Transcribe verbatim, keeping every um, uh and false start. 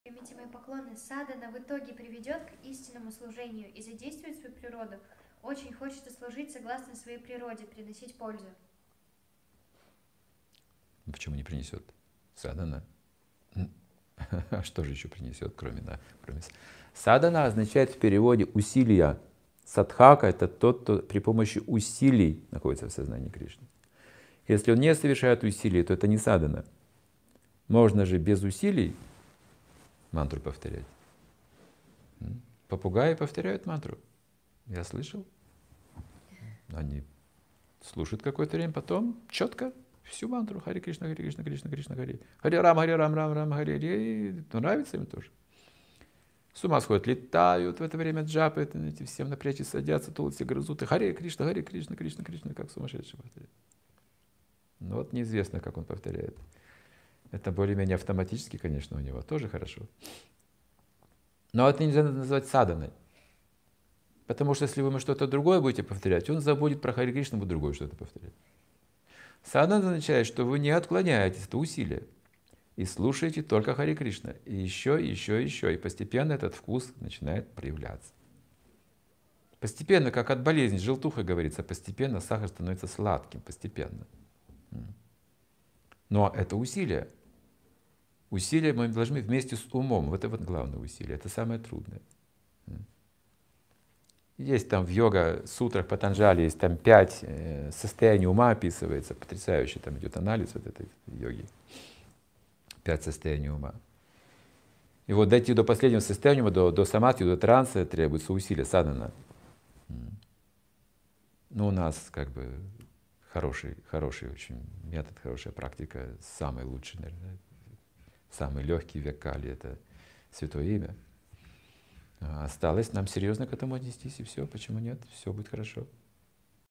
Примите мои поклоны. Садхана в итоге приведет к истинному служению и задействует свою природу. Очень хочется служить согласно своей природе, приносить пользу. Почему не принесет? Садхана. А что же еще принесет, кроме, на, кроме... Садхана означает в переводе усилия. Садхака — это тот, кто при помощи усилий находится в сознании Кришны. Если он не совершает усилий, то это не садхана. Можно же без усилий мантру повторять. Попугаи повторяют мантру. Я слышал. Они слушают какое-то время, потом четко всю мантру. Хари Кришна, Хари Кришна, Кришна, Кришна, Хари. Хари Рам, Хари Рам, Рам, Рам, Хари Хари. Нравится им тоже. С ума сходят, летают в это время джапы, эти всем на плечи садятся, туловицы грызут. И Хари Кришна, Хари Кришна, Кришна, Кришна, как сумасшедший повторяет. Но вот неизвестно, как он повторяет. Это более-менее автоматически, конечно, у него тоже хорошо. Но это нельзя назвать садханой. Потому что если вы ему что-то другое будете повторять, он забудет про Хари Кришну, будет другое что-то повторять. Садхана означает, что вы не отклоняетесь, это усилие. И слушаете только Хари Кришна. И еще, и еще, и еще. И постепенно этот вкус начинает проявляться. Постепенно, как от болезни, желтуха говорится, постепенно сахар становится сладким, постепенно. Но это усилие. Усилие мы должны вместе с умом. Вот это вот главное усилие. Это самое трудное. Есть там в йога-сутрах Патанджали, есть там пять состояний ума описывается. Потрясающе там идет анализ вот этой йоги. Пять состояний ума. И вот дойти до последнего состояния, до, до самадхи, до транса требуется усилие, садхана. Ну, у нас как бы хороший, хороший очень метод, хорошая практика, самый лучший, наверное, самый легкий век Кали — это святое имя. Осталось нам серьезно к этому отнестись, и все, почему нет, все будет хорошо.